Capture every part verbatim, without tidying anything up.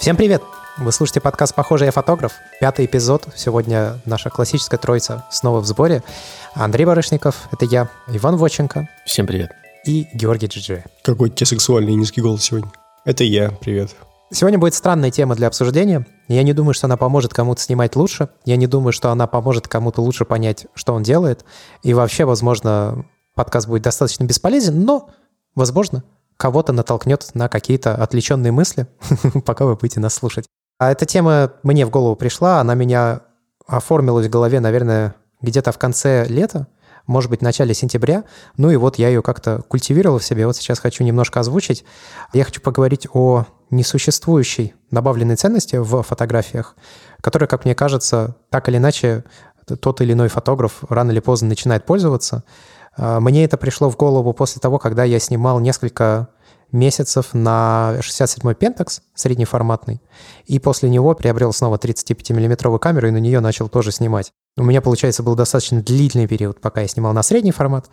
Всем привет! Вы слушаете подкаст «Похоже, я фотограф». Пятый эпизод. Сегодня наша классическая троица снова в сборе. Андрей Барышников, это я, Иван Воченко. Всем привет. И Георгий Джиджи. Какой у тебя сексуальный и низкий голос сегодня. Это я, привет. Сегодня будет странная тема для обсуждения. Я не думаю, что она поможет кому-то снимать лучше. Я не думаю, что она поможет кому-то лучше понять, что он делает. И вообще, возможно, подкаст будет достаточно бесполезен, но, возможно, кого-то натолкнет на какие-то отвлеченные мысли, пока вы будете нас слушать. А эта тема мне в голову пришла, она меня оформилась в голове, наверное, где-то в конце лета, может быть, в начале сентября. Ну и вот я ее как-то культивировал в себе. Вот сейчас хочу немножко озвучить. Я хочу поговорить о несуществующей добавленной ценности в фотографиях, которая, как мне кажется, так или иначе тот или иной фотограф рано или поздно начинает пользоваться. Мне это пришло в голову после того, когда я снимал несколько месяцев на шестьдесят седьмой Pentax среднеформатный, и после него приобрел снова тридцатипятимиллиметровую камеру и на нее начал тоже снимать. У меня, получается, был достаточно длительный период, пока я снимал на средний формат,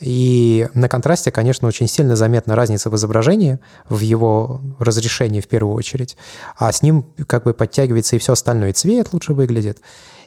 и на контрасте, конечно, очень сильно заметна разница в изображении, в его разрешении в первую очередь, а с ним как бы подтягивается и все остальное, и цвет лучше выглядит.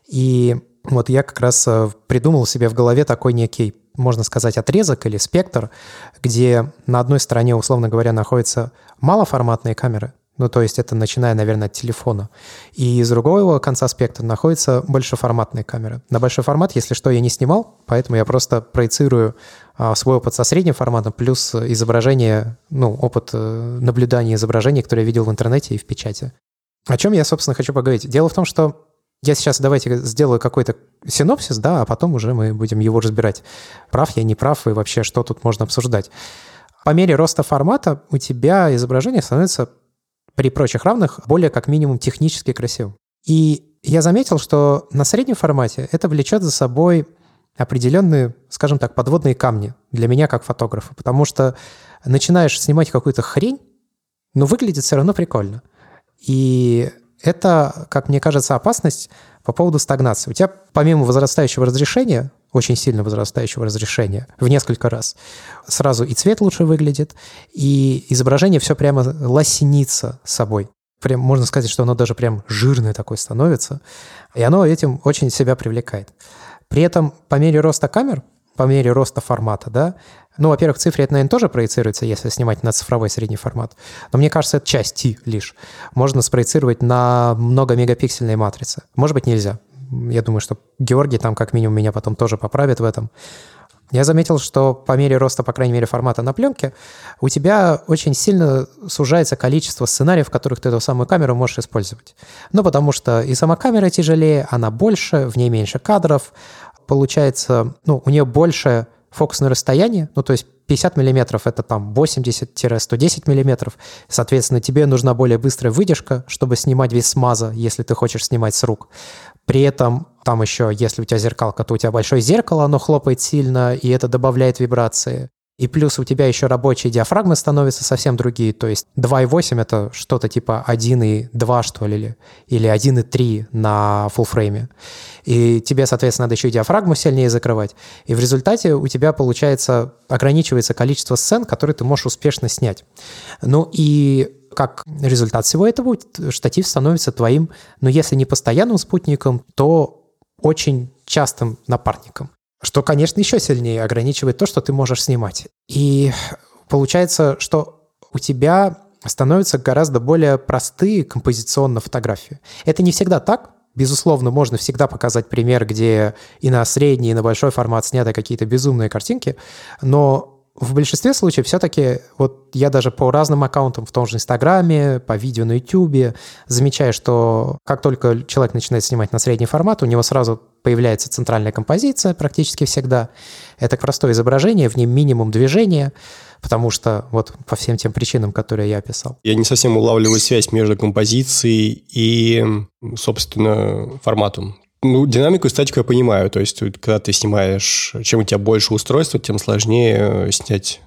И вот я как раз придумал себе в голове такой некий, можно сказать, отрезок или спектр, где на одной стороне, условно говоря, находятся малоформатные камеры, ну, то есть это начиная, наверное, от телефона, и с другого конца спектра находятся большеформатные камеры. На большой формат, если что, я не снимал, поэтому я просто проецирую а, свой опыт со средним форматом плюс изображение, ну, опыт э, наблюдания изображений, которое я видел в интернете и в печати. О чем я, собственно, хочу поговорить? Дело в том, что я сейчас давайте сделаю какой-то синопсис, да, а потом уже мы будем его разбирать. Прав я, не прав, и вообще, что тут можно обсуждать. По мере роста формата у тебя изображение становится при прочих равных более как минимум технически красивым. И я заметил, что на среднем формате это влечет за собой определенные, скажем так, подводные камни для меня как фотографа, потому что начинаешь снимать какую-то хрень, но выглядит все равно прикольно. И это, как мне кажется, опасность по поводу стагнации. У тебя помимо возрастающего разрешения, очень сильно возрастающего разрешения, в несколько раз, сразу и цвет лучше выглядит, и изображение все прямо лосинится собой. Прям, можно сказать, что оно даже прям жирное такое становится, и оно этим очень себя привлекает. При этом по мере роста камер, по мере роста формата, да, ну, во-первых, в цифре это, наверное, тоже проецируется, если снимать на цифровой средний формат. Но мне кажется, это части лишь. Можно спроецировать на многомегапиксельные матрицы. Может быть, нельзя. Я думаю, что Георгий там как минимум меня потом тоже поправит в этом. Я заметил, что по мере роста, по крайней мере, формата на пленке, у тебя очень сильно сужается количество сценариев, в которых ты эту самую камеру можешь использовать. Ну, потому что и сама камера тяжелее, она больше, в ней меньше кадров. Получается, ну, у нее больше фокусное расстояние, ну, то есть пятьдесят миллиметров — это там восемьдесят - сто десять миллиметров. Соответственно, тебе нужна более быстрая выдержка, чтобы снимать без смаза, если ты хочешь снимать с рук. При этом там еще, если у тебя зеркалка, то у тебя большое зеркало, оно хлопает сильно, и это добавляет вибрации. И плюс у тебя еще рабочие диафрагмы становятся совсем другие. То есть два и восемь — это что-то типа один и два, что ли, или один и три на фуллфрейме. И тебе, соответственно, надо еще и диафрагму сильнее закрывать. И в результате у тебя, получается, ограничивается количество сцен, которые ты можешь успешно снять. Ну и как результат всего этого штатив становится твоим, ну если не постоянным спутником, то очень частым напарником. Что, конечно, еще сильнее ограничивает то, что ты можешь снимать. И получается, что у тебя становятся гораздо более простые композиционно фотографии. Это не всегда так. Безусловно, можно всегда показать пример, где и на средний, и на большой формат сняты какие-то безумные картинки, но в большинстве случаев все-таки вот я даже по разным аккаунтам в том же Инстаграме, по видео на Ютубе замечаю, что как только человек начинает снимать на средний формат, у него сразу появляется центральная композиция практически всегда. Это простое изображение, в нем минимум движения, потому что вот по всем тем причинам, которые я описал. Я не совсем улавливаю связь между композицией и, собственно, форматом. Ну, динамику и статику я понимаю. То есть, когда ты снимаешь, чем у тебя больше устройства, тем сложнее снять.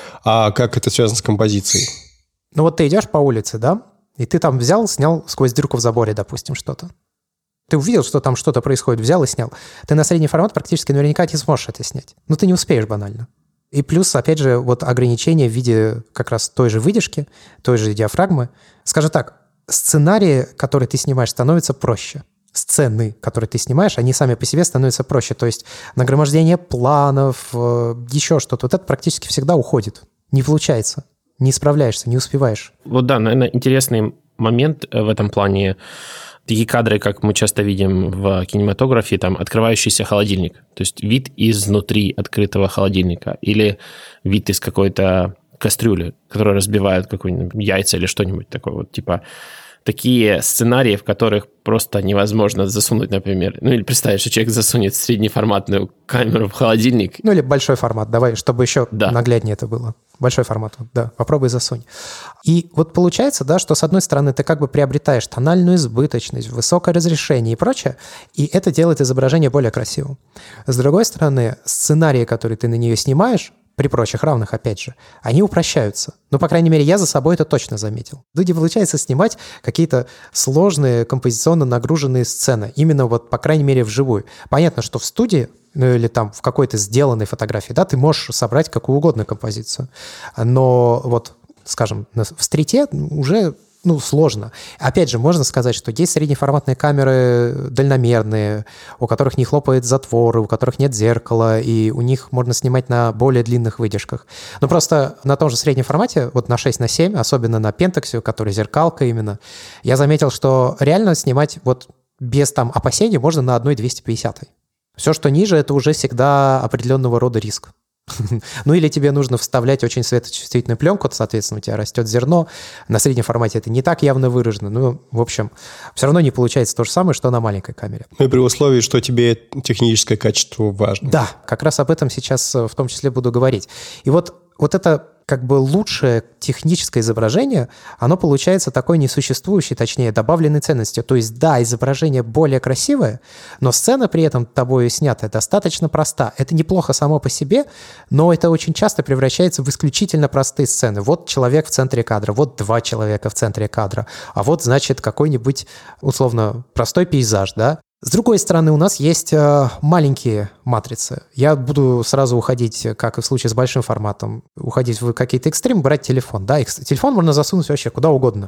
А как это связано с композицией? Ну, вот ты идешь по улице, да, и ты там взял, снял сквозь дырку в заборе, допустим, что-то. Ты увидел, что там что-то происходит, взял и снял. Ты на средний формат практически наверняка не сможешь это снять. Но ты не успеешь банально. И плюс, опять же, вот ограничения в виде как раз той же выдержки, той же диафрагмы. Скажем так, сценарии, которые ты снимаешь, становятся проще. Сцены, которые ты снимаешь, они сами по себе становятся проще. То есть нагромождение планов, еще что-то. Вот это практически всегда уходит. Не получается. Не справляешься, не успеваешь. Вот да, наверное, интересный момент в этом плане. Такие кадры, как мы часто видим в кинематографе, там открывающийся холодильник. То есть вид изнутри открытого холодильника. Или вид из какой-то кастрюли, которая разбивает какое-нибудь яйца или что-нибудь такое. Вот типа такие сценарии, в которых просто невозможно засунуть, например, ну или представь, что человек засунет среднеформатную камеру в холодильник. Ну или большой формат, давай, чтобы еще да. нагляднее это было. Большой формат, да, попробуй засунь. И вот получается, да, что с одной стороны ты как бы приобретаешь тональную избыточность, высокое разрешение и прочее, и это делает изображение более красивым. С другой стороны, сценарии, которые ты на нее снимаешь, при прочих равных, опять же, они упрощаются. Ну, по крайней мере, я за собой это точно заметил. Люди получается снимать какие-то сложные, композиционно нагруженные сцены. Именно вот, по крайней мере, вживую. Понятно, что в студии, ну или там в какой-то сделанной фотографии, да, ты можешь собрать какую угодно композицию. Но вот, скажем, в стрите уже... Ну, сложно. Опять же, можно сказать, что есть среднеформатные камеры дальномерные, у которых не хлопает затворы, у которых нет зеркала, и у них можно снимать на более длинных выдержках. Но просто на том же среднем формате, вот на шесть на семь, особенно на Pentax, который зеркалка именно, я заметил, что реально снимать вот без там опасений можно на одной двести пятидесятой. Все, что ниже, это уже всегда определенного рода риск. Ну или тебе нужно вставлять очень светочувствительную пленку, соответственно, у тебя растет зерно. На среднем формате это не так явно выражено. Ну, в общем, все равно не получается то же самое, что на маленькой камере. Ну и при условии, что тебе техническое качество важно. Да, как раз об этом сейчас в том числе буду говорить. И вот, вот это как бы лучшее техническое изображение, оно получается такой несуществующей, точнее, добавленной ценностью. То есть, да, изображение более красивое, но сцена при этом тобой снятая достаточно проста. Это неплохо само по себе, но это очень часто превращается в исключительно простые сцены. Вот человек в центре кадра, вот два человека в центре кадра, а вот, значит, какой-нибудь, условно, простой пейзаж, да? С другой стороны, у нас есть э, маленькие матрицы. Я буду сразу уходить, как и в случае с большим форматом, уходить в какие-то экстремы, брать телефон. Да? Телефон можно засунуть вообще куда угодно.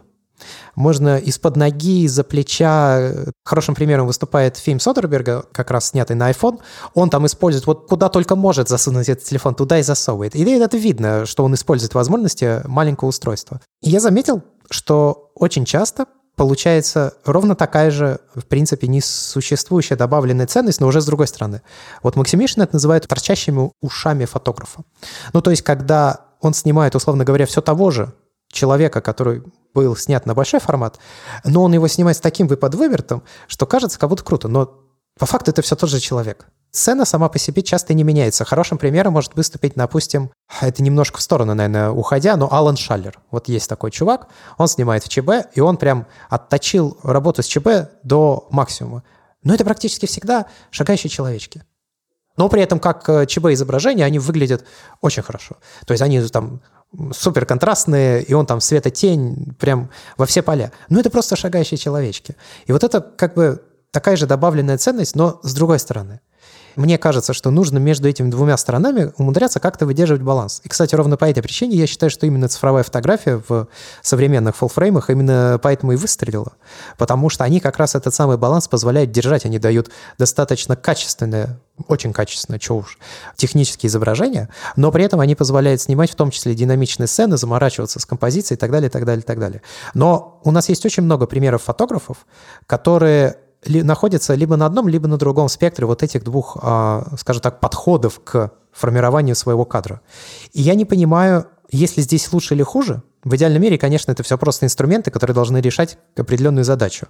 Можно из-под ноги, из-за плеча. Хорошим примером выступает фильм Содерберга, как раз снятый на iPhone. Он там использует, вот куда только может засунуть этот телефон, туда и засовывает. И это видно, что он использует возможности маленького устройства. И я заметил, что очень часто получается ровно такая же, в принципе, несуществующая добавленная ценность, но уже с другой стороны. Вот Максимишин это называет торчащими ушами фотографа. Ну, то есть, когда он снимает, условно говоря, все того же человека, который был снят на большой формат, но он его снимает с таким выпад-вывертом, что кажется, как будто круто, но по факту это все тот же человек. Сцена сама по себе часто не меняется. Хорошим примером может выступить, допустим, это немножко в сторону, наверное, уходя, но Алан Шаллер. Вот есть такой чувак, он снимает в ЧБ, и он прям отточил работу с ЧБ до максимума. Но это практически всегда шагающие человечки. Но при этом как ЧБ-изображения они выглядят очень хорошо. То есть они там супер контрастные, и он там светотень прям во все поля. Но это просто шагающие человечки. И вот это как бы такая же добавленная ценность, но с другой стороны. Мне кажется, что нужно между этими двумя сторонами умудряться как-то выдерживать баланс. И, кстати, ровно по этой причине я считаю, что именно цифровая фотография в современных фуллфреймах именно поэтому и выстрелила. Потому что они как раз этот самый баланс позволяют держать. Они дают достаточно качественное, очень качественное, чего уж, технические изображения, но при этом они позволяют снимать в том числе динамичные сцены, заморачиваться с композицией и так далее, и так далее, и так далее. Но у нас есть очень много примеров фотографов, которые находятся либо на одном, либо на другом спектре вот этих двух, скажем так, подходов к формированию своего кадра. И я не понимаю, есть ли здесь лучше или хуже. В идеальном мире, конечно, это все просто инструменты, которые должны решать определенную задачу.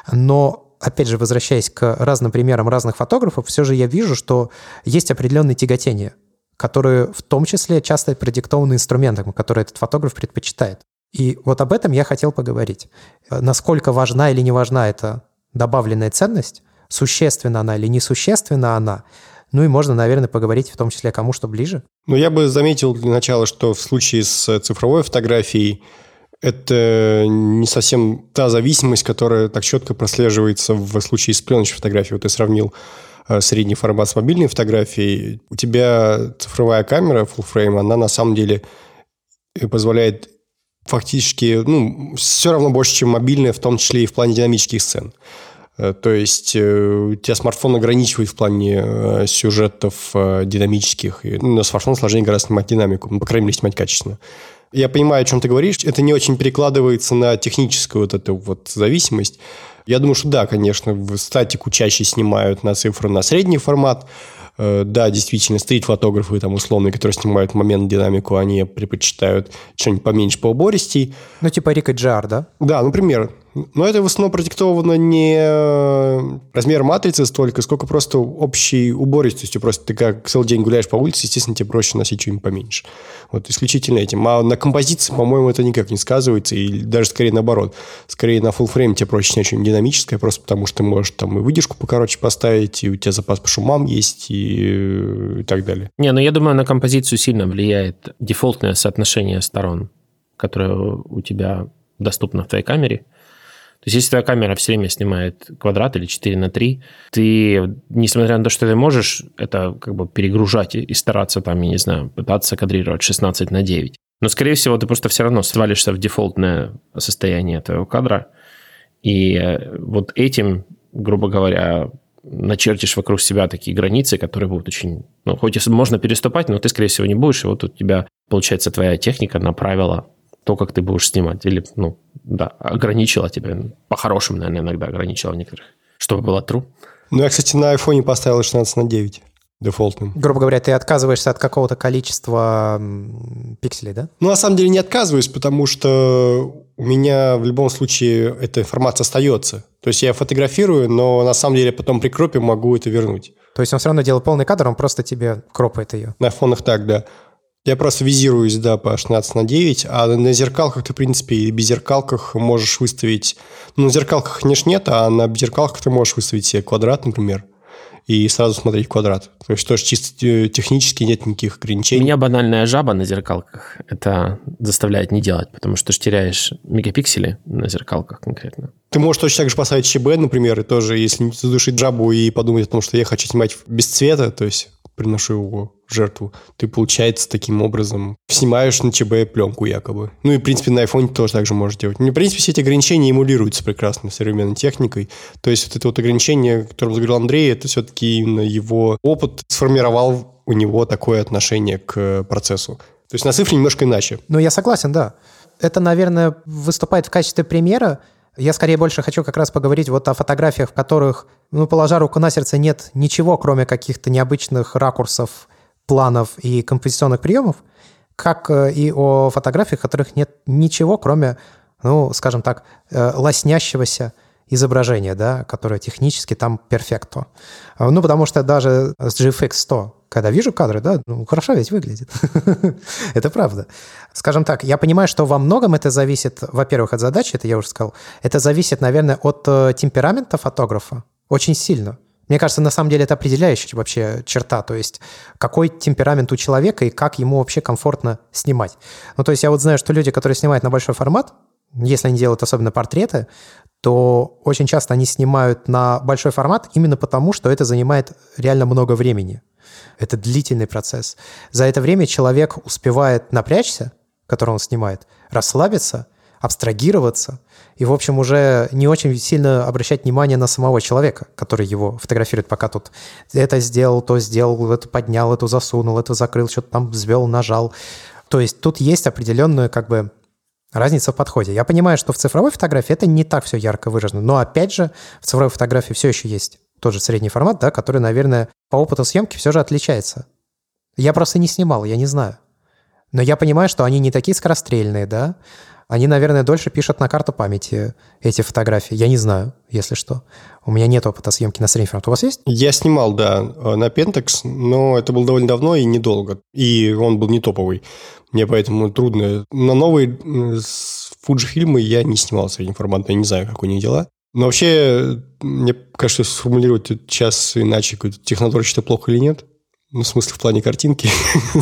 Но, опять же, возвращаясь к разным примерам разных фотографов, все же я вижу, что есть определенные тяготения, которые в том числе часто продиктованы инструментом, который этот фотограф предпочитает. И вот об этом я хотел поговорить. Насколько важна или не важна эта добавленная ценность, существенна она или несущественна она, ну и можно, наверное, поговорить в том числе кому что ближе. Ну, я бы заметил для начала, что в случае с цифровой фотографией это не совсем та зависимость, которая так четко прослеживается в случае с пленочной фотографией. Вот ты сравнил средний формат с мобильной фотографией. У тебя цифровая камера full frame, она на самом деле позволяет фактически, ну, все равно больше, чем мобильная, в том числе и в плане динамических сцен. То есть у тебя смартфон ограничивает в плане сюжетов динамических. Ну, на смартфон сложнее гораздо снимать динамику, ну, по крайней мере, снимать качественно. Я понимаю, о чем ты говоришь. Это не очень перекладывается на техническую вот эту вот зависимость. Я думаю, что да, конечно, в статику чаще снимают на цифры на средний формат. Да, действительно, стрит-фотографы там условные, которые снимают момент динамику, они предпочитают что-нибудь поменьше, поубористей. Ну, типа Рик и джи ар, да? Да, например. Но это в основном продиктовано не размером матрицы столько, сколько просто общей убористостью. Просто ты как целый день гуляешь по улице, естественно, тебе проще носить что-нибудь поменьше. Вот исключительно этим. А на композиции, по-моему, это никак не сказывается. И даже скорее наоборот. Скорее на full frame тебе проще снять что-нибудь динамическое, просто потому что ты можешь там и выдержку покороче поставить, и у тебя запас по шумам есть, и, и так далее. Не, ну я думаю, на композицию сильно влияет дефолтное соотношение сторон, которое у тебя доступно в твоей камере. То есть, если твоя камера все время снимает квадрат или четыре на три, ты, несмотря на то, что ты можешь это как бы перегружать и стараться там, я не знаю, пытаться кадрировать шестнадцать на девять, но, скорее всего, ты просто все равно свалишься в дефолтное состояние твоего кадра, и вот этим, грубо говоря, начертишь вокруг себя такие границы, которые будут очень... Ну, хоть и можно переступать, но ты, скорее всего, не будешь, и вот у тебя, получается, твоя техника направила то, как ты будешь снимать. Или, ну, да, ограничила тебя. По-хорошему, наверное, иногда ограничила некоторых. Чтобы было true. Ну, я, кстати, на айфоне поставил шестнадцать на девять дефолтным. Грубо говоря, ты отказываешься от какого-то количества пикселей, да? Ну, на самом деле, не отказываюсь, потому что у меня в любом случае эта информация остается. То есть я фотографирую, но на самом деле потом при кропе могу это вернуть. То есть он все равно делает полный кадр, он просто тебе кропает ее. На айфонах так, да. Я просто визируюсь, да, по шестнадцать на девять, а на зеркалках ты, в принципе, и без зеркалках можешь выставить... Ну, на зеркалках, конечно, нет, а на зеркалках ты можешь выставить себе квадрат, например, и сразу смотреть квадрат. То есть тоже чисто технически нет никаких ограничений. Меня банальная жаба на зеркалках это заставляет не делать, потому что ты же теряешь мегапиксели на зеркалках конкретно. Ты можешь точно так же поставить ЧБ, например, и тоже, если не задушить жабу и подумать о том, что я хочу снимать без цвета, то есть приношу его в жертву, ты, получается, таким образом снимаешь на ЧБ пленку якобы. Ну и, в принципе, на айфоне ты тоже так же можешь делать. Ну, в принципе, все эти ограничения эмулируются прекрасно современной техникой. То есть вот это вот ограничение, о котором заговорил Андрей, это все-таки именно его опыт сформировал у него такое отношение к процессу. То есть на цифре немножко иначе. Ну, я согласен, да. Это, наверное, выступает в качестве примера. Я скорее больше хочу как раз поговорить вот о фотографиях, в которых, ну, положа руку на сердце, нет ничего, кроме каких-то необычных ракурсов, планов и композиционных приемов, как и о фотографиях, в которых нет ничего, кроме, ну, скажем так, лоснящегося изображения, да, которое технически там перфекто. Ну, потому что даже с джи эф икс сто, когда вижу кадры, да, ну, хорошо ведь выглядит. Это правда. Скажем так, я понимаю, что во многом это зависит, во-первых, от задачи, это я уже сказал, это зависит, наверное, от темперамента фотографа очень сильно. Мне кажется, на самом деле это определяющая вообще черта, то есть какой темперамент у человека и как ему вообще комфортно снимать. Ну, то есть я вот знаю, что люди, которые снимают на большой формат, если они делают особенно портреты, то очень часто они снимают на большой формат именно потому, что это занимает реально много времени. Это длительный процесс. За это время человек успевает напрячься, который он снимает, расслабиться, абстрагироваться и, в общем, уже не очень сильно обращать внимание на самого человека, который его фотографирует, пока тут это сделал, то сделал, это поднял, это засунул, это закрыл, что-то там взвел, нажал. То есть тут есть определенная как бы разница в подходе. Я понимаю, что в цифровой фотографии это не так все ярко выражено, но, опять же, в цифровой фотографии все еще есть тот же средний формат, да, который, наверное, по опыту съемки все же отличается. Я просто не снимал, я не знаю. Но я понимаю, что они не такие скорострельные, да. Они, наверное, дольше пишут на карту памяти эти фотографии. Я не знаю, если что. У меня нет опыта съемки на средний формат. У вас есть? Я снимал, да, на Pentax, но это было довольно давно и недолго. И он был не топовый. Мне поэтому трудно. На новые Fujifilm я не снимал средний формат, я не знаю, как у них дела. Но вообще, мне кажется, сформулировать сейчас иначе, технологически это плохо или нет. Ну, в смысле, в плане картинки.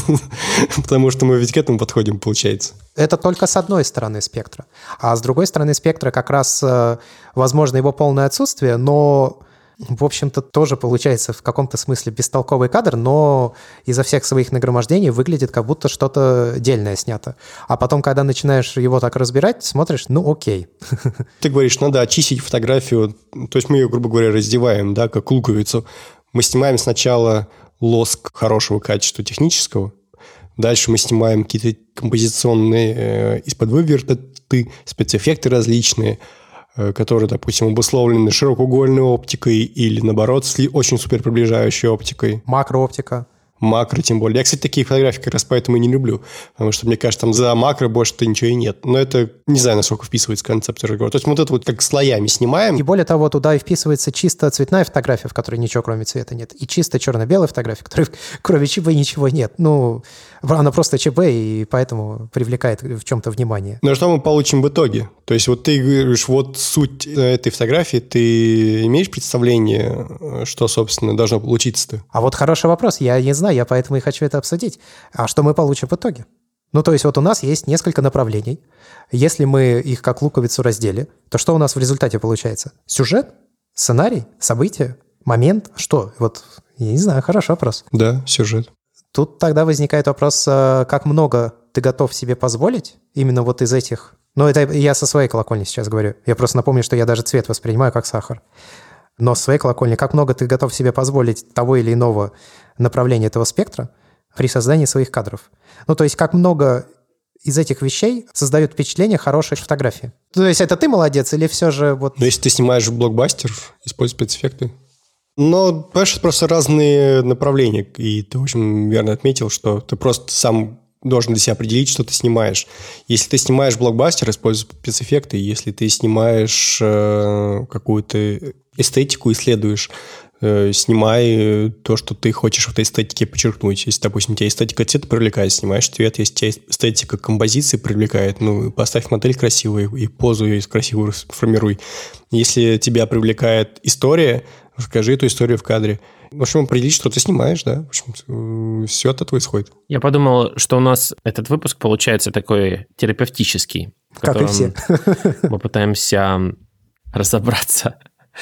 Потому что мы ведь к этому подходим, получается. Это только с одной стороны спектра. А с другой стороны спектра как раз, возможно, его полное отсутствие, но В общем-то, тоже получается в каком-то смысле бестолковый кадр, но изо всех своих нагромождений выглядит, как будто что-то дельное снято. А потом, когда начинаешь его так разбирать, смотришь, ну окей. Ты говоришь, надо очистить фотографию, то есть мы ее, грубо говоря, раздеваем, да, как луковицу. Мы снимаем сначала лоск хорошего качества технического, дальше мы снимаем какие-то композиционные э, из-под выверты, спецэффекты различные, которые, допустим, обусловлены широкоугольной оптикой или, наоборот, очень супер приближающей оптикой. Макрооптика. Макро, тем более. Я, кстати, такие фотографии как раз поэтому и не люблю, потому что, мне кажется, там за макро больше-то ничего и нет. Но это, не знаю, насколько вписывается в концепцию разговора. То есть мы вот это вот как слоями снимаем. И более того, туда и вписывается чисто цветная фотография, в которой ничего кроме цвета нет, и чисто черно-белая фотография, в которой кроме ЧБ ничего нет. Ну, она просто ЧБ, и поэтому привлекает в чем-то внимание. Но что мы получим в итоге? То есть вот ты говоришь, вот суть этой фотографии, ты имеешь представление, что, собственно, должно получиться-то? А вот хороший вопрос, я не знаю, я поэтому и хочу это обсудить. А что мы получим в итоге? Ну, то есть вот у нас есть несколько направлений. Если мы их как луковицу раздели, то что у нас в результате получается? Сюжет? Сценарий? Событие? Момент? Что? Вот, я не знаю, хороший вопрос. Да, сюжет. Тут тогда возникает вопрос, как много ты готов себе позволить именно вот из этих... Ну, это я со своей колокольни сейчас говорю. Я просто напомню, что я даже цвет воспринимаю как сахар. Но с своей колокольни, как много ты готов себе позволить того или иного направления этого спектра при создании своих кадров. Ну, то есть как много из этих вещей создают впечатление хорошей фотографии. То есть это ты молодец или все же вот... Ну, если ты снимаешь блокбастер, используй спецэффекты. Но, понимаешь, это просто разные направления. И ты очень верно отметил, что ты просто сам должен для себя определить, что ты снимаешь. Если ты снимаешь блокбастер, используй спецэффекты. Если ты снимаешь э, какую-то эстетику, исследуешь, э, снимай то, что ты хочешь в этой эстетике подчеркнуть. Если, допустим, тебя эстетика цвета привлекает, снимаешь цвет. Если тебя эстетика композиции привлекает, ну, поставь модель красивую и позу ее красивую сформируй. Если тебя привлекает история, расскажи эту историю в кадре. В общем, определить, что ты снимаешь, да. В общем, все от этого исходит. Я подумал, что у нас этот выпуск получается такой терапевтический, в как котором и все. мы пытаемся разобраться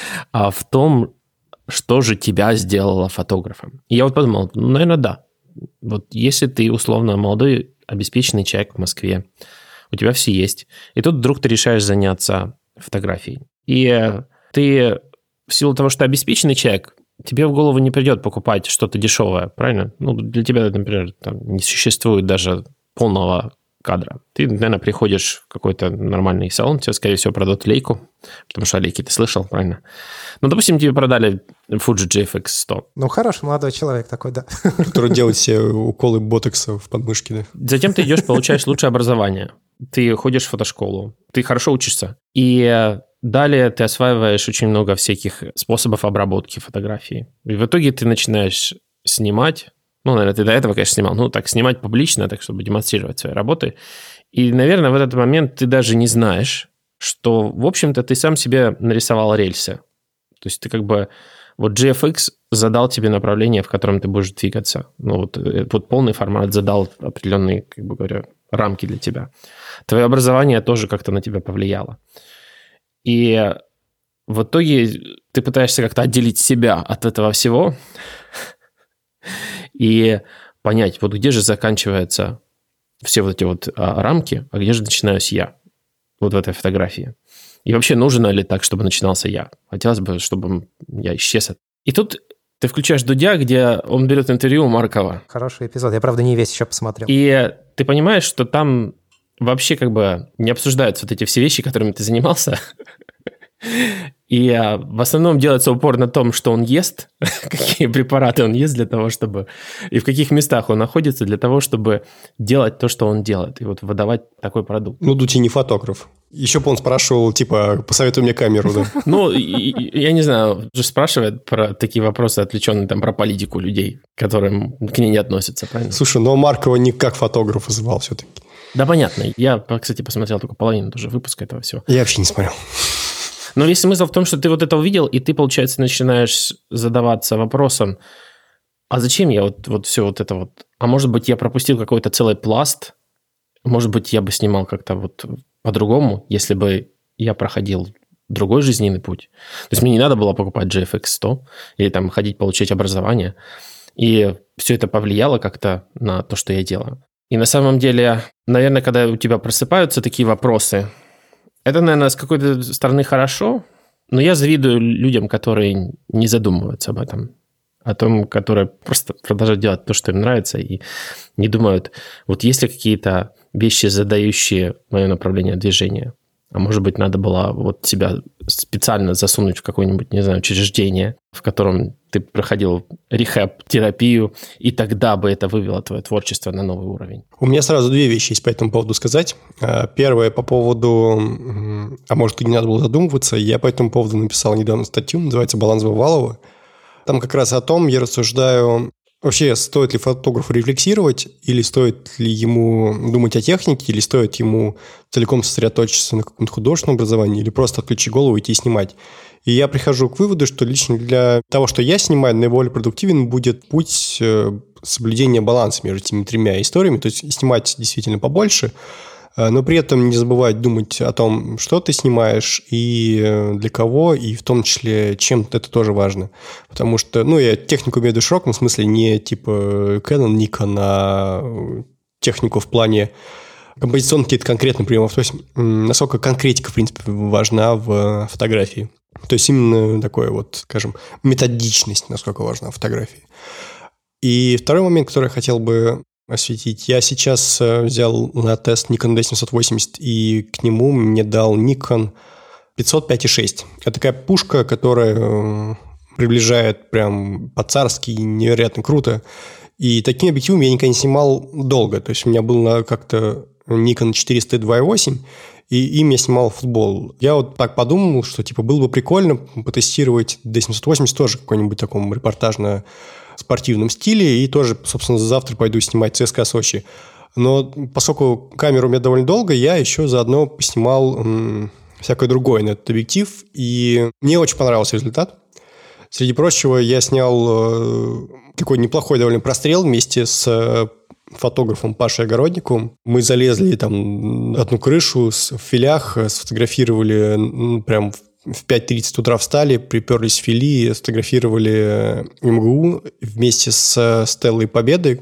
в том, что же тебя сделало фотографом. И я вот подумал, ну, наверное, да. Вот если ты, условно, молодой, обеспеченный человек в Москве, у тебя все есть, и тут вдруг ты решаешь заняться фотографией. И ты, в силу того, что обеспеченный человек, тебе в голову не придет покупать что-то дешевое, правильно? Ну, для тебя, например, там не существует даже полного кадра. Ты, наверное, приходишь в какой-то нормальный салон, тебе, скорее всего, продадут лейку, потому что о лейке ты слышал, правильно? Ну, допустим, тебе продали Fuji джи эф икс сто. Ну, хороший молодой человек такой, да. Который делает себе уколы ботокса в подмышке, да. Затем ты идешь, получаешь лучшее образование. Ты ходишь в фотошколу, ты хорошо учишься. И далее ты осваиваешь очень много всяких способов обработки фотографии. И в итоге ты начинаешь снимать. Ну, наверное, ты до этого, конечно, снимал. Ну, так, снимать публично, так, чтобы демонстрировать свои работы. И, наверное, в этот момент ты даже не знаешь, что, в общем-то, ты сам себе нарисовал рельсы. То есть ты как бы... Вот джи эф икс задал тебе направление, в котором ты будешь двигаться. Ну, вот, вот полный формат задал определенные, как бы говоря, рамки для тебя. Твое образование тоже как-то на тебя повлияло. И в итоге ты пытаешься как-то отделить себя от этого всего и понять, вот где же заканчиваются все вот эти вот а, рамки, а где же начинаюсь я вот в этой фотографии. И вообще, нужно ли так, чтобы начинался я? Хотелось бы, чтобы я исчез. И тут ты включаешь Дудя, где он берет интервью у Маркова. Хороший эпизод. Я, правда, не весь еще посмотрел. И ты понимаешь, что там вообще как бы не обсуждаются вот эти все вещи, которыми ты занимался. И а, в основном делается упор на том, что он ест, какие препараты он ест для того, чтобы... И в каких местах он находится для того, чтобы делать то, что он делает. И вот выдавать такой продукт. Ну, Дути не фотограф. Еще бы он спрашивал, типа, посоветуй мне камеру, да? Ну, я не знаю, же спрашивает про такие вопросы, отвлеченные там про политику людей, которым к ней не относятся, правильно? Слушай, но Маркова не как фотограф вызывал все-таки. Да, понятно. Я, кстати, посмотрел только половину тоже выпуска этого всего. Я вообще не смотрел. Но весь смысл в том, что ты вот это увидел, и ты, получается, начинаешь задаваться вопросом, а зачем я вот, вот все вот это вот... А может быть, я пропустил какой-то целый пласт? Может быть, я бы снимал как-то вот по-другому, если бы я проходил другой жизненный путь. То есть мне не надо было покупать джей эф икс сто или там ходить получать образование. И все это повлияло как-то на то, что я делаю. И на самом деле, наверное, когда у тебя просыпаются такие вопросы, это, наверное, с какой-то стороны хорошо, но я завидую людям, которые не задумываются об этом. О том, которые просто продолжают делать то, что им нравится, и не думают, вот есть ли какие-то вещи, задающие мое направление движения. А может быть, надо было вот себя специально засунуть в какое-нибудь, не знаю, учреждение, в котором ты проходил рехаб-терапию, и тогда бы это вывело твое творчество на новый уровень. У меня сразу две вещи есть по этому поводу сказать. Первое по поводу, а может, и не надо было задумываться, я по этому поводу написал недавно статью, называется «Баланс Бывалого». Там как раз о том я рассуждаю, вообще стоит ли фотографу рефлексировать, или стоит ли ему думать о технике, или стоит ему целиком сосредоточиться на каком-то художественном образовании, или просто отключить голову и идти снимать. И я прихожу к выводу, что лично для того, что я снимаю, наиболее продуктивен будет путь соблюдения баланса между этими тремя историями, то есть снимать действительно побольше, но при этом не забывать думать о том, что ты снимаешь и для кого, и в том числе, чем это тоже важно. Потому что, ну, я технику имею в виду в широком смысле, не типа Canon, Nikon, а технику в плане композиционных каких-то конкретных приемов. То есть, насколько конкретика, в принципе, важна в фотографии. То есть, именно такое вот, скажем, методичность, насколько важна в фотографии. И второй момент, который я хотел бы осветить. Я сейчас взял на тест Nikon ди семьсот восемьдесят, и к нему мне дал Nikon пятьсот пять и шесть. Это такая пушка, которая приближает прям по-царски, невероятно круто. И таким объективом я никогда не снимал долго. То есть у меня был как-то Nikon четыреста два и восемь, и им я снимал футбол. Я вот так подумал, что типа было бы прикольно потестировать ди семьсот восемьдесят тоже в каком-нибудь таком репортажно спортивном стиле, и тоже, собственно, завтра пойду снимать ЦСКА Сочи. Но поскольку камера у меня довольно долго, я еще заодно поснимал м, всякое другое на этот объектив, и мне очень понравился результат. Среди прочего, я снял э, такой неплохой довольно прострел вместе с э, фотографом Пашей Огородниковым. Мы залезли там на одну крышу с, в филях, сфотографировали ну, прям в пять тридцать утра встали, приперлись в фили, сфотографировали МГУ вместе с Стеллой Победы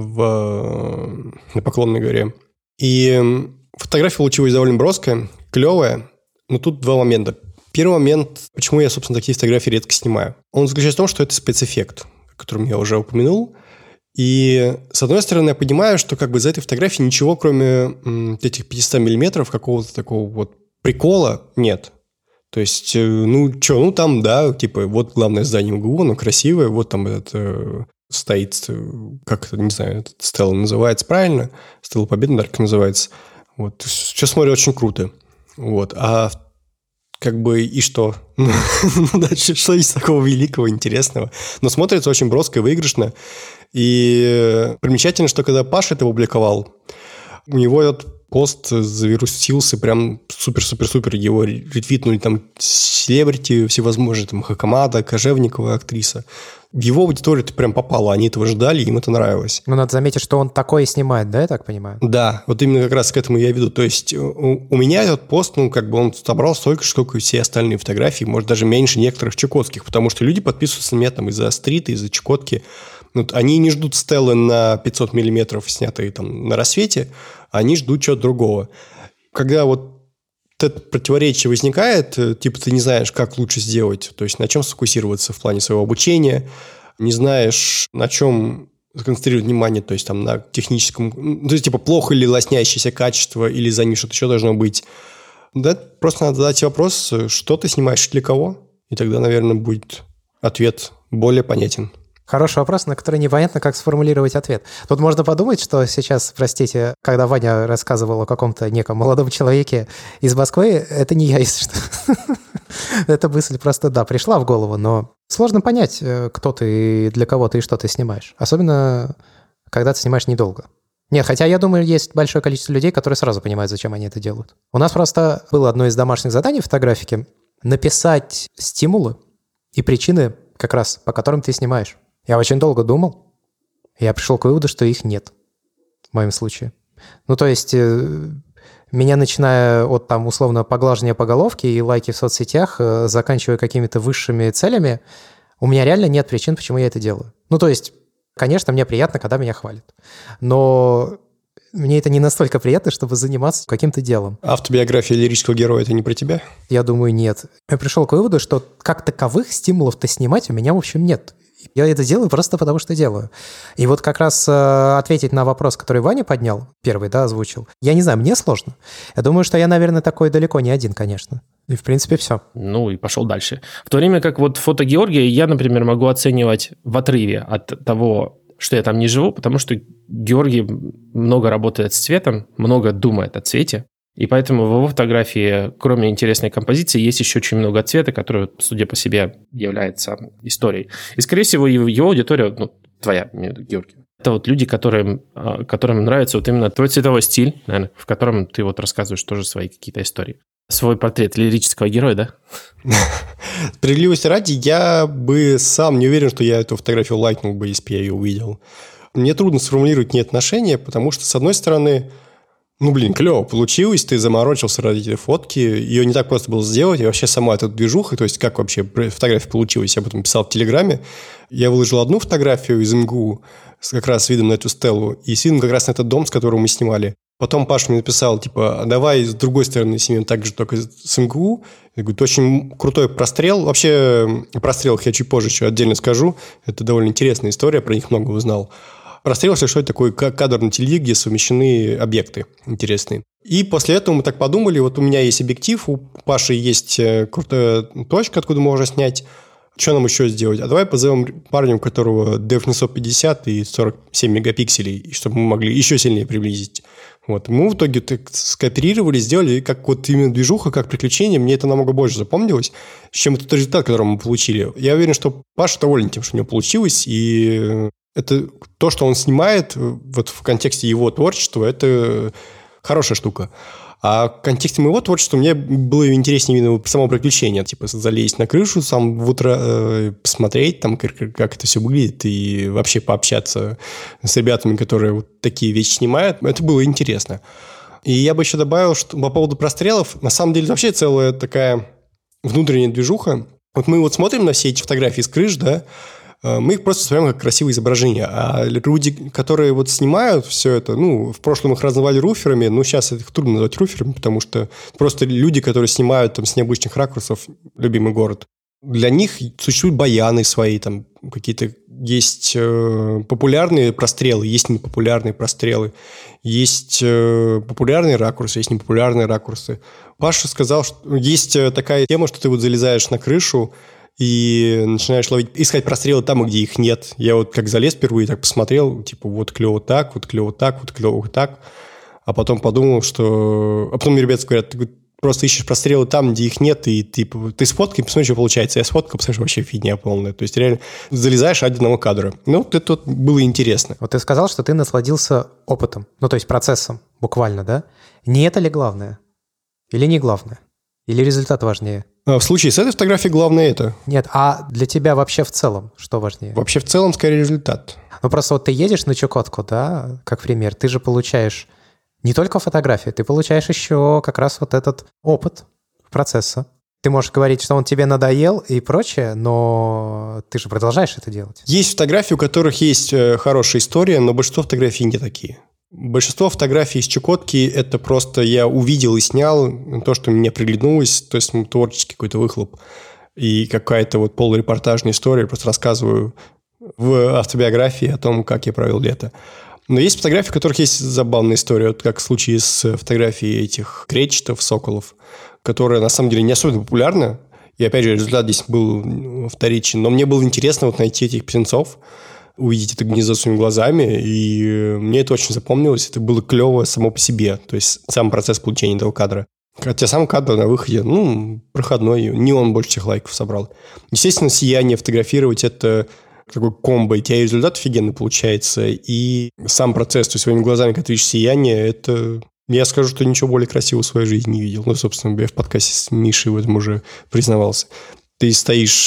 в, на Поклонной горе. И фотография получилась довольно броская, клевая, но тут два момента. Первый момент, почему я, собственно, такие фотографии редко снимаю. Он заключается в том, что это спецэффект, о котором я уже упомянул. И, с одной стороны, я понимаю, что как бы за этой фотографией ничего, кроме м, этих пятьсот миллиметров, какого-то такого вот прикола нет. То есть, ну, что, ну, там, да, типа, вот главное здание МГУ, оно красивое, вот там этот э, стоит, как это, не знаю, этот Стелла называется правильно, Стелла Победы, наверное, называется. Вот, все смотрю очень круто. Вот, а как бы и что? Ну, дальше, что есть такого великого, интересного? Но смотрится очень броско и выигрышно. И примечательно, что когда Паша это публиковал, у него этот пост завирусился прям супер-супер-супер. Его ретвитнули там селебрити всевозможные, там Хакамада, Кожевникова, актриса. В его аудиторию это прям попало, они этого ждали, им это нравилось. Ну, надо заметить, что он такое снимает, да, я так понимаю? Да, вот именно как раз к этому я веду. То есть у, у меня этот пост, ну, как бы он собрал столько же, сколько и все остальные фотографии, может, даже меньше некоторых чукотских, потому что люди подписываются на меня там из-за стрита, из-за Чукотки. Ну, они не ждут Стеллы на пятьсот миллиметров, снятые там на рассвете, они ждут чего-то другого. Когда вот это противоречие возникает, типа ты не знаешь, как лучше сделать, то есть на чем сфокусироваться в плане своего обучения, не знаешь, на чем сконцентрировать внимание, то есть там на техническом, то есть типа плохо ли лоснящееся качество или за ним что-то еще должно быть. Да, просто надо задать вопрос, что ты снимаешь для кого, и тогда, наверное, будет ответ более понятен. Хороший вопрос, на который непонятно, как сформулировать ответ. Тут можно подумать, что сейчас, простите, когда Ваня рассказывал о каком-то неком молодом человеке из Москвы, это не я, если что. Эта мысль просто, да, пришла в голову, но сложно понять, кто ты, для кого ты и что ты снимаешь. Особенно, когда ты снимаешь недолго. Нет, хотя, я думаю, есть большое количество людей, которые сразу понимают, зачем они это делают. У нас просто было одно из домашних заданий в фотографике — написать стимулы и причины, как раз, по которым ты снимаешь. Я очень долго думал, и я пришел к выводу, что их нет в моем случае. Ну, то есть, Меня начиная от там условно поглаживания по головке и лайки в соцсетях, заканчивая какими-то высшими целями, у меня реально нет причин, почему я это делаю. Ну, то есть, конечно, мне приятно, когда меня хвалят. Но мне это не настолько приятно, чтобы заниматься каким-то делом. Автобиография лирического героя – это не про тебя? Я думаю, нет. Я пришел к выводу, что как таковых стимулов-то снимать у меня, в общем, нет. Я это делаю просто потому, что делаю. И вот как раз э, ответить на вопрос, который Ваня поднял, первый, да, озвучил, я не знаю, мне сложно. Я думаю, что я, наверное, такой далеко не один, конечно. И, в принципе, все. Ну, и пошел дальше. В то время как вот фото Георгия я, например, могу оценивать в отрыве от того, что я там не живу, потому что Георгий много работает с цветом, много думает о цвете. И поэтому в его фотографии, кроме интересной композиции, есть еще очень много цвета, который, судя по себе, является историей. И, скорее всего, его аудитория, ну, твоя, Георгий, это вот люди, которым, которым нравится вот именно твой цветовой стиль, наверное, в котором ты вот рассказываешь тоже свои какие-то истории. Свой портрет лирического героя, да? Справедливости ради, я бы сам не уверен, что я эту фотографию лайкнул бы, если бы я ее увидел. Мне трудно сформулировать не отношения, потому что, с одной стороны, ну, блин, клево получилось, ты заморочился ради этой фотки, ее не так просто было сделать, и вообще сама эта движуха, то есть как вообще фотография получилась, я об этом писал в Телеграме, я выложил одну фотографию из эм гэ у с как раз с видом на эту стелу, и с видом как раз на этот дом, с которого мы снимали. Потом Паша мне написал, типа, давай с другой стороны снимем так же, только с эм гэ у. Я говорю, это очень крутой прострел. Вообще, о прострелах я чуть позже еще отдельно скажу. Это довольно интересная история, про них много узнал. Прострел, что это такой кадр на телевизоре, где совмещены объекты интересные. И после этого мы так подумали, вот у меня есть объектив, у Паши есть крутая точка, откуда можно снять. Что нам еще сделать? А давай позовем парня, у которого деф не сто пятьдесят и сорок семь мегапикселей, чтобы мы могли еще сильнее приблизить. Вот. Мы в итоге так скооперировали, сделали как вот именно движуха, как приключение. Мне это намного больше запомнилось, чем тот результат, который мы получили. Я уверен, что Паша доволен тем, что у него получилось, и это то, что он снимает вот в контексте его творчества, это хорошая штука. А в контексте моего творчества мне было интереснее именно само приключение. Типа залезть на крышу, сам в утро э, посмотреть, там, как, как это все выглядит, и вообще пообщаться с ребятами, которые вот такие вещи снимают. Это было интересно. И я бы еще добавил, что по поводу прострелов, на самом деле вообще целая такая внутренняя движуха. Вот мы вот смотрим на все эти фотографии с крыш, да, мы их просто смотрим как красивые изображения. А люди, которые вот снимают все это, ну, в прошлом их называли руферами, но сейчас их трудно назвать руферами, потому что просто люди, которые снимают там с необычных ракурсов любимый город. Для них существуют баяны свои, там какие-то есть э, популярные прострелы, есть непопулярные прострелы, есть э, популярные ракурсы, есть непопулярные ракурсы. Паша сказал, что есть такая тема, что ты вот залезаешь на крышу и начинаешь ловить, искать прострелы там, где их нет. Я вот как залез впервые, так посмотрел, типа, вот клево так, вот клево так, вот клево так. А потом подумал, что... А потом мне ребята говорят, ты просто ищешь прострелы там, где их нет, и типа, ты сфоткай, посмотри, что получается. Я сфоткал, посмотри, вообще фигня полная. То есть реально вот одного кадра. Ну, вот это вот было интересно. Вот ты сказал, что ты насладился опытом, ну, то есть процессом, буквально, да? Не это ли главное? Или не главное? Или результат важнее? В случае с этой фотографией главное это. Нет, а для тебя вообще в целом что важнее? Вообще в целом скорее результат. Ну просто вот ты едешь на Чукотку, да, как пример, ты же получаешь не только фотографии, ты получаешь еще как раз вот этот опыт процесса. Ты можешь говорить, что он тебе надоел и прочее, но ты же продолжаешь это делать. Есть фотографии, у которых есть хорошая история, но большинство фотографий не такие. Большинство фотографий из Чукотки – это просто я увидел и снял то, что мне приглянулось, то есть творческий какой-то выхлоп. И какая-то вот полурепортажная история, просто рассказываю в автобиографии о том, как я провел лето. Но есть фотографии, у которых есть забавная история, вот как в случае с фотографией этих кречетов, соколов, которая на самом деле не особенно популярна. И опять же, результат здесь был вторичен. Но мне было интересно вот найти этих птенцов, увидеть это гнездо своими глазами, и мне это очень запомнилось. Это было клево само по себе, то есть сам процесс получения этого кадра. Хотя сам кадр на выходе, ну, проходной, не он больше всех лайков собрал. Естественно, сияние фотографировать – это такой комбо, и у тебя результат офигенный получается, и сам процесс, то есть своими глазами, когда ты видишь сияние, это... Я скажу, что ничего более красивого в своей жизни не видел. Ну, собственно, я в подкасте с Мишей в этом уже признавался. ты стоишь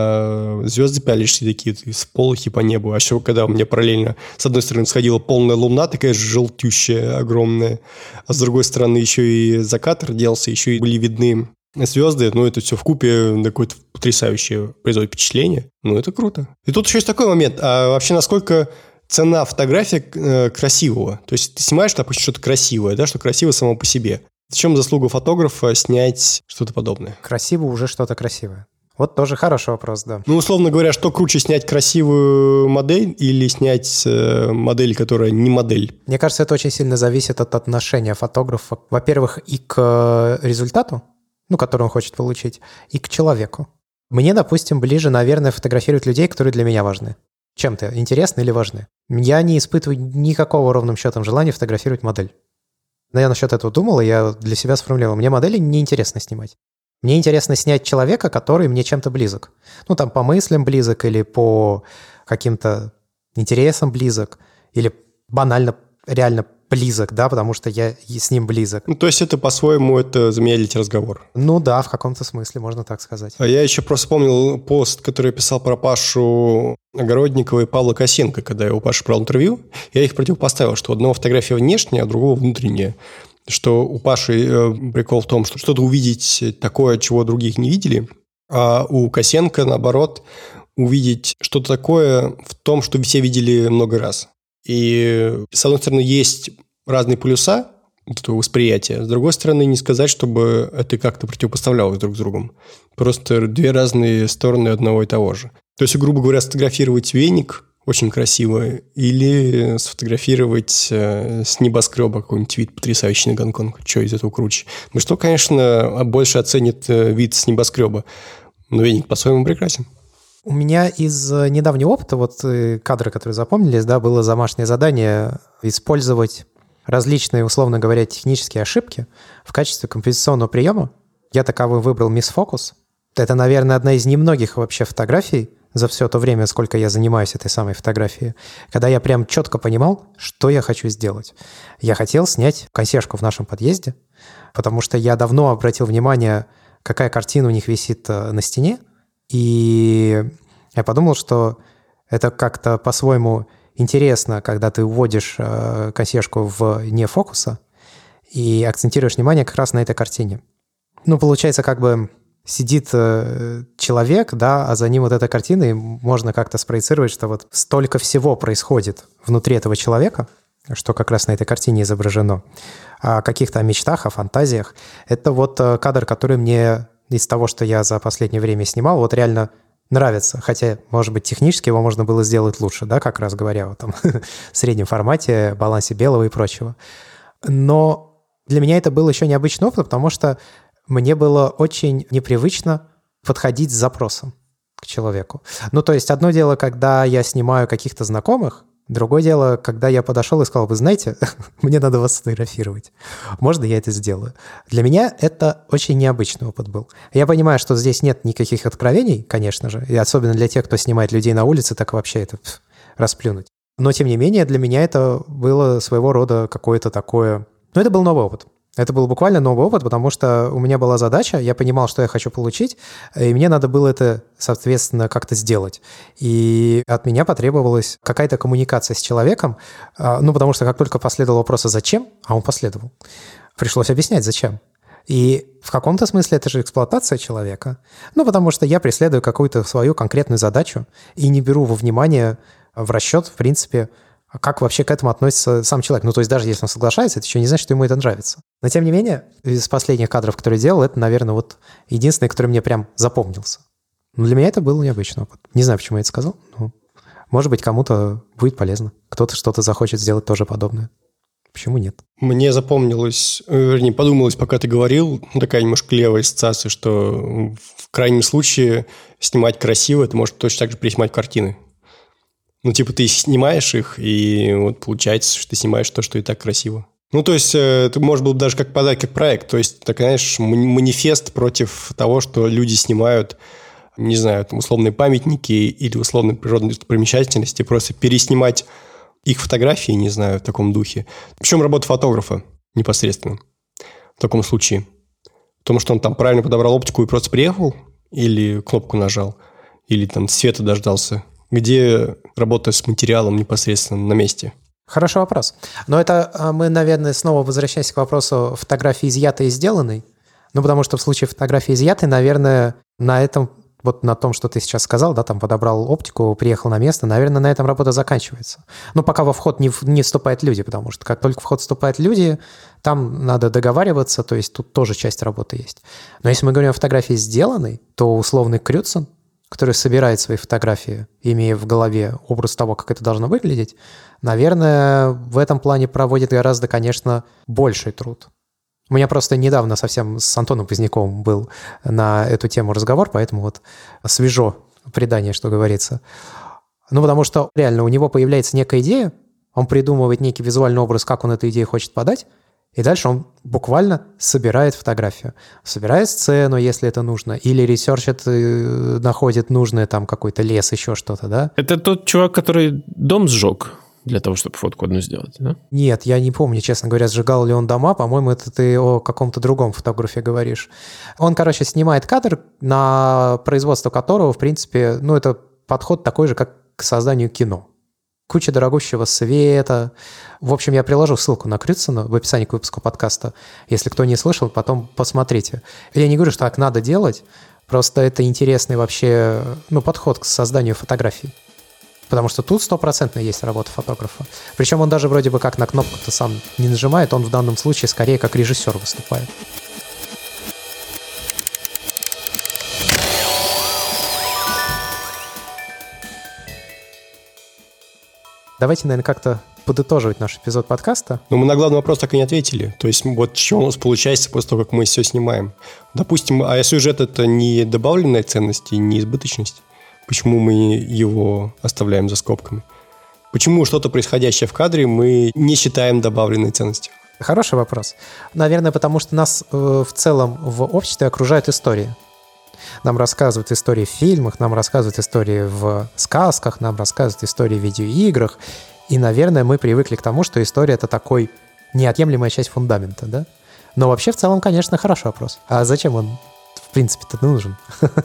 на звезды, пялишься, такие сполохи по небу. А еще когда у меня параллельно с одной стороны сходила полная луна, такая же желтющая, огромная, а с другой стороны еще и закат родился, еще и были видны звезды, ну, это все вкупе какое-то потрясающее производит впечатление. Ну, это круто. И тут еще есть такой момент. А вообще, насколько цена фотографии э, красивого? То есть ты снимаешь, допустим, что-то красивое, да, что красиво само по себе. В чем заслуга фотографа снять что-то подобное? Красиво уже что-то красивое. Вот тоже хороший вопрос, да. Ну, условно говоря, что круче, снять красивую модель или снять э, модель, которая не модель? Мне кажется, это очень сильно зависит от отношения фотографа, во-первых, и к результату, ну, который он хочет получить, и к человеку. Мне, допустим, ближе, наверное, фотографировать людей, которые для меня важны. Чем-то интересны или важны. Я не испытываю никакого ровным счетом желания фотографировать модель. Но я насчет этого думал, и я для себя сформулировал. Мне модели неинтересно снимать. Мне интересно снять человека, который мне чем-то близок. Ну, там, по мыслям близок, или по каким-то интересам близок, или банально, реально близок, да, потому что я с ним близок. Ну, то есть это, по-своему, это замедлить разговор. Ну да, в каком-то смысле, можно так сказать. А я еще просто вспомнил пост, который я писал про Пашу Огородникова и Павла Косенко, когда я у Паши брал интервью. Я их противопоставил, что у одного фотография внешняя, а другого внутренняя. Что у Паши э, прикол в том, что что-то увидеть такое, чего других не видели, а у Косенко, наоборот, увидеть что-то такое в том, что все видели много раз. И, с одной стороны, есть разные полюса этого восприятия, с другой стороны, не сказать, чтобы это как-то противопоставлялось друг с другом. Просто две разные стороны одного и того же. То есть, грубо говоря, сфотографировать веник очень красиво или сфотографировать э, с небоскреба какой-нибудь вид потрясающий на Гонконг. Что из этого круче? Ну, что, конечно, больше оценит э, вид с небоскреба, но веник по-своему прекрасен. У меня из недавнего опыта, вот кадры, которые запомнились, да, было домашнее задание использовать различные, условно говоря, технические ошибки в качестве композиционного приема. Я таковой выбрал Miss Focus. Это, наверное, одна из немногих вообще фотографий за все то время, сколько я занимаюсь этой самой фотографией, когда я прям четко понимал, что я хочу сделать. Я хотел снять консьержку в нашем подъезде, потому что я давно обратил внимание, какая картина у них висит на стене, и я подумал, что это как-то по-своему интересно, когда ты вводишь э, консьержку вне фокуса и акцентируешь внимание как раз на этой картине. Ну, получается, как бы сидит э, человек, да, а за ним вот эта картина, и можно как-то спроецировать, что вот столько всего происходит внутри этого человека, что как раз на этой картине изображено, о каких-то мечтах, о фантазиях. Это вот э, кадр, который мне из того, что я за последнее время снимал, вот реально нравится. Хотя, может быть, технически его можно было сделать лучше, да, как раз говоря о там, среднем формате, балансе белого и прочего. Но для меня это был еще необычный опыт, потому что мне было очень непривычно подходить с запросом к человеку. Ну, то есть одно дело, когда я снимаю каких-то знакомых, другое дело, когда я подошел и сказал, вы знаете, мне надо вас сфотографировать. Можно я это сделаю? Для меня это очень необычный опыт был. Я понимаю, что здесь нет никаких откровений, конечно же, и особенно для тех, кто снимает людей на улице, так вообще это пф, расплюнуть. Но, тем не менее, для меня это было своего рода какое-то такое... Ну, это был новый опыт. Это был буквально новый опыт, потому что у меня была задача, я понимал, что я хочу получить, и мне надо было это, соответственно, как-то сделать. И от меня потребовалась какая-то коммуникация с человеком, ну, потому что как только последовал вопрос «а зачем?», а он последовал, пришлось объяснять, зачем. И в каком-то смысле это же эксплуатация человека, ну, потому что я преследую какую-то свою конкретную задачу и не беру во внимание, в расчет, в принципе, как вообще к этому относится сам человек. Ну, то есть даже если он соглашается, это еще не значит, что ему это нравится. Но, тем не менее, из последних кадров, которые делал, это, наверное, вот единственный, который мне прям запомнился. Но для меня это был необычный опыт. Не знаю, почему я это сказал, но, может быть, кому-то будет полезно. Кто-то что-то захочет сделать тоже подобное. Почему нет? Мне запомнилось, вернее, подумалось, пока ты говорил, такая немножко левая ассоциация, что в крайнем случае снимать красиво, это может точно так же переснимать картины. Ну, типа, ты снимаешь их, и вот получается, что ты снимаешь то, что и так красиво. Ну, то есть, это может было даже как подать как проект. То есть, так, знаешь, манифест против того, что люди снимают, не знаю, там, условные памятники или условные природные достопримечательности, просто переснимать их фотографии, не знаю, в таком духе. В чем работа фотографа непосредственно в таком случае? В том, что он там правильно подобрал оптику и просто приехал или кнопку нажал, или там света дождался? Где работа с материалом непосредственно на месте? Хороший вопрос. Но это мы, наверное, снова возвращаемся к вопросу фотографии изъятой и сделанной. Ну, потому что в случае фотографии изъятой, наверное, на этом, вот на том, что ты сейчас сказал, да, там подобрал оптику, приехал на место, наверное, на этом работа заканчивается. Ну, пока во вход не, не вступают люди, потому что как только в ход вступают люди, там надо договариваться, то есть тут тоже часть работы есть. Но если мы говорим о фотографии сделанной, то условный Крюцен, который собирает свои фотографии, имея в голове образ того, как это должно выглядеть, наверное, в этом плане проводит гораздо, конечно, больший труд. У меня просто недавно совсем с Антоном Поздняковым был на эту тему разговор, поэтому вот свежо предание, что говорится. Ну, потому что реально у него появляется некая идея, он придумывает некий визуальный образ, как он эту идею хочет подать, и дальше он буквально собирает фотографию. Собирает сцену, если это нужно, или ресерчит, находит нужное там какой-то лес, еще что-то, да? Это тот чувак, который дом сжег для того, чтобы фотку одну сделать, да? Нет, я не помню, честно говоря, сжигал ли он дома. По-моему, это ты о каком-то другом фотографе говоришь. Он, короче, снимает кадр, на производство которого, в принципе, ну, это подход такой же, как к созданию кино. Куча дорогущего света. В общем, я приложу ссылку на Крюцена в описании к выпуску подкаста. Если кто не слышал, потом посмотрите. Я не говорю, что так надо делать, просто это интересный вообще, ну, подход к созданию фотографий. Потому что тут стопроцентно есть работа фотографа. Причем он даже вроде бы как на кнопку-то сам не нажимает, он в данном случае скорее как режиссер выступает. Давайте, наверное, как-то подытоживать наш эпизод подкаста. Но мы на главный вопрос так и не ответили. То есть вот что у нас получается после того, как мы все снимаем. Допустим, а сюжет – это не добавленная ценность и не избыточность? Почему мы его оставляем за скобками? Почему что-то происходящее в кадре мы не считаем добавленной ценностью? Хороший вопрос. Наверное, потому что нас э, в целом в обществе окружает история. Нам рассказывают истории в фильмах, нам рассказывают истории в сказках, нам рассказывают истории в видеоиграх. И, наверное, мы привыкли к тому, что история — это такой неотъемлемая часть фундамента, да? Но вообще, в целом, конечно, хороший вопрос. А зачем он, в принципе-то, нужен?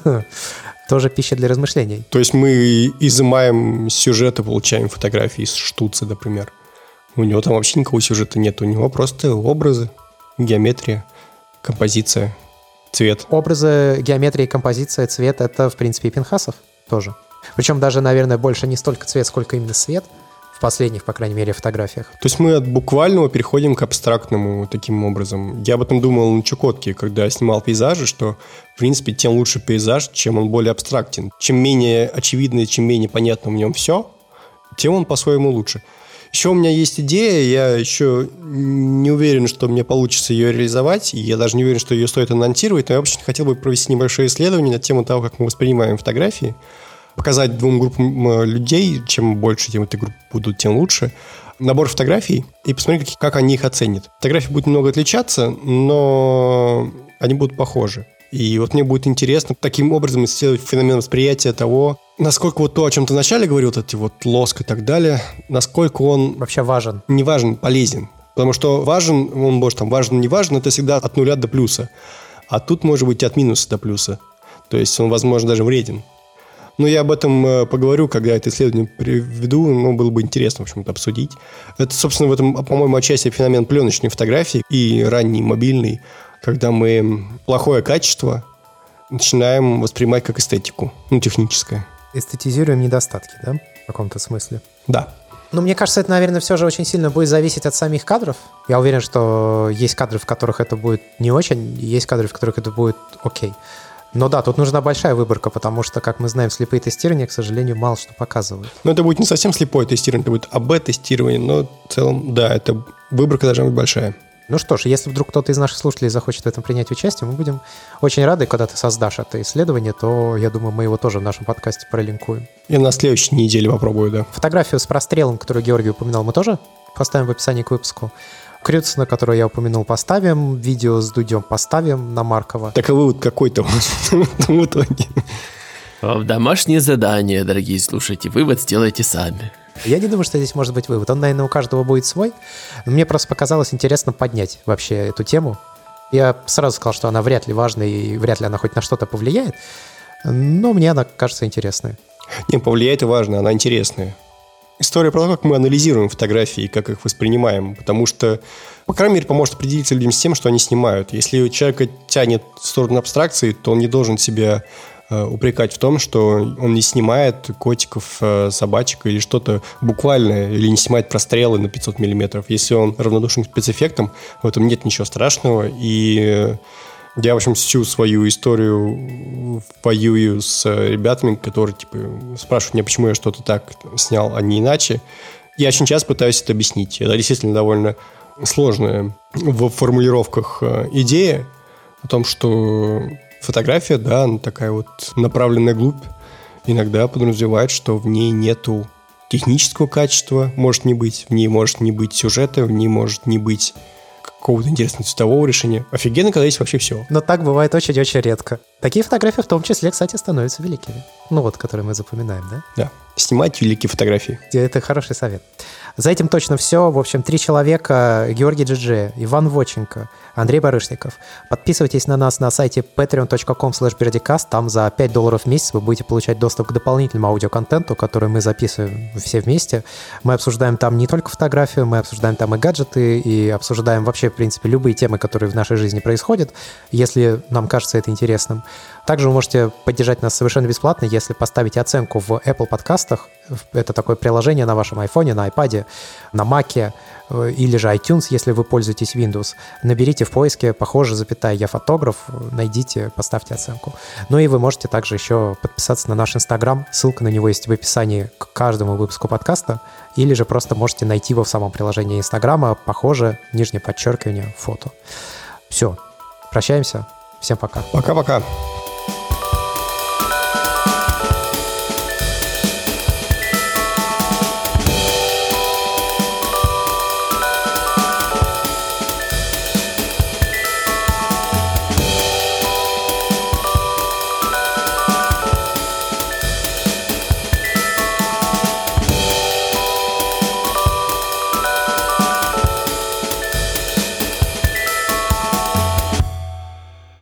Тоже пища для размышлений. То есть мы изымаем сюжет и получаем фотографии из Штуца, например. У него там вообще никакого сюжета нет. У него просто образы, геометрия, композиция, цвет. Образы, геометрия, композиция, цвет — это, в принципе, и Пинхасов тоже. Причем даже, наверное, больше не столько цвет, сколько именно свет. В последних, по крайней мере, фотографиях. То есть мы от буквального переходим к абстрактному таким образом. Я об этом думал на Чукотке, когда я снимал пейзажи, что, в принципе, тем лучше пейзаж, чем он более абстрактен. Чем менее очевидно, чем менее понятно в нем все, тем он по-своему лучше. Еще у меня есть идея, я еще не уверен, что мне получится ее реализовать, и я даже не уверен, что ее стоит анонсировать, но я очень хотел бы провести небольшое исследование на тему того, как мы воспринимаем фотографии, показать двум группам людей, чем больше, тем эти группы будут, тем лучше, набор фотографий и посмотреть, как они их оценят. Фотографии будут немного отличаться, но они будут похожи. И вот мне будет интересно таким образом исследовать феномен восприятия того, насколько вот то, о чем ты вначале говорил, вот эти вот лоск и так далее, насколько он... Вообще важен. Не важен, полезен. Потому что важен, он может там важен, не важен, это всегда от нуля до плюса. А тут может быть от минуса до плюса. То есть он, возможно, даже вреден. Но я об этом поговорю, когда это исследование приведу, но было бы интересно, в общем-то, обсудить. Это, собственно, в этом, по-моему, отчасти феномен пленочной фотографии и ранней мобильной, когда мы плохое качество начинаем воспринимать как эстетику, ну, техническое. Эстетизируем недостатки, да, в каком-то смысле? Да. Ну, мне кажется, это, наверное, все же очень сильно будет зависеть от самих кадров. Я уверен, что есть кадры, в которых это будет не очень, есть кадры, в которых это будет окей. Но да, тут нужна большая выборка, потому что, как мы знаем, слепые тестирования, к сожалению, мало что показывают. Но это будет не совсем слепое тестирование, это будет эй би-тестирование, но в целом, да, это выборка должна быть большая. Ну что ж, если вдруг кто-то из наших слушателей захочет в этом принять участие, мы будем очень рады, когда ты создашь это исследование, то, я думаю, мы его тоже в нашем подкасте пролинкуем. Я на следующей неделе попробую, да. Фотографию с прострелом, которую Георгий упоминал, мы тоже поставим в описании к выпуску. Крюцена, которую я упомянул, поставим. Видео с Дудем поставим на Маркова. Так а вывод какой-то в итоге. Домашнее задание, дорогие слушатели. Вывод сделайте сами. Я не думаю, что здесь может быть вывод. Он, наверное, у каждого будет свой. Но мне просто показалось интересно поднять вообще эту тему. Я сразу сказал, что она вряд ли важна и вряд ли она хоть на что-то повлияет, но мне она кажется интересной. Не, повлияет и важно, она интересная. История про то, как мы анализируем фотографии и как их воспринимаем, потому что, по крайней мере, поможет определиться людям с тем, что они снимают. Если человека тянет в сторону абстракции, то он не должен себя э, упрекать в том, что он не снимает котиков, э, собачек или что-то буквальное, или не снимает прострелы на пятьсот миллиметров. Если он равнодушен к спецэффектам, в этом нет ничего страшного, и... Э, Я, в общем, всю свою историю воюю с ребятами, которые типа спрашивают меня, почему я что-то так снял, а не иначе. Я очень часто пытаюсь это объяснить. Это действительно довольно сложная в формулировках идея о том, что фотография, да, она такая вот направленная глубь, иногда подразумевает, что в ней нету технического качества, может не быть, в ней может не быть сюжета, в ней может не быть какого-то интересного цветового решения. Офигенно, когда есть вообще все. Но так бывает очень-очень редко. Такие фотографии в том числе, кстати, становятся великими. Ну вот, которые мы запоминаем, да? Да. Снимать великие фотографии. Это хороший совет. За этим точно все. В общем, три человека. Георгий Джиджи, Иван Воченко, Андрей Барышников. Подписывайтесь на нас на сайте patreon точка com slash birdicast. Там за пять долларов в месяц вы будете получать доступ к дополнительному аудиоконтенту, который мы записываем все вместе. Мы обсуждаем там не только фотографию, мы обсуждаем там и гаджеты, и обсуждаем вообще, в принципе, любые темы, которые в нашей жизни происходят, если нам кажется это интересным. Также вы можете поддержать нас совершенно бесплатно, если поставите оценку в Apple подкастах. Это такое приложение на вашем айфоне, на iPad, на Mac или же iTunes, если вы пользуетесь Windows. Наберите в поиске «похоже, запятая, я фотограф», найдите, поставьте оценку. Ну и вы можете также еще подписаться на наш Инстаграм. Ссылка на него есть в описании к каждому выпуску подкаста. Или же просто можете найти его в самом приложении Инстаграма «похоже», нижнее подчеркивание, фото. Все, прощаемся. Всем пока. Пока-пока.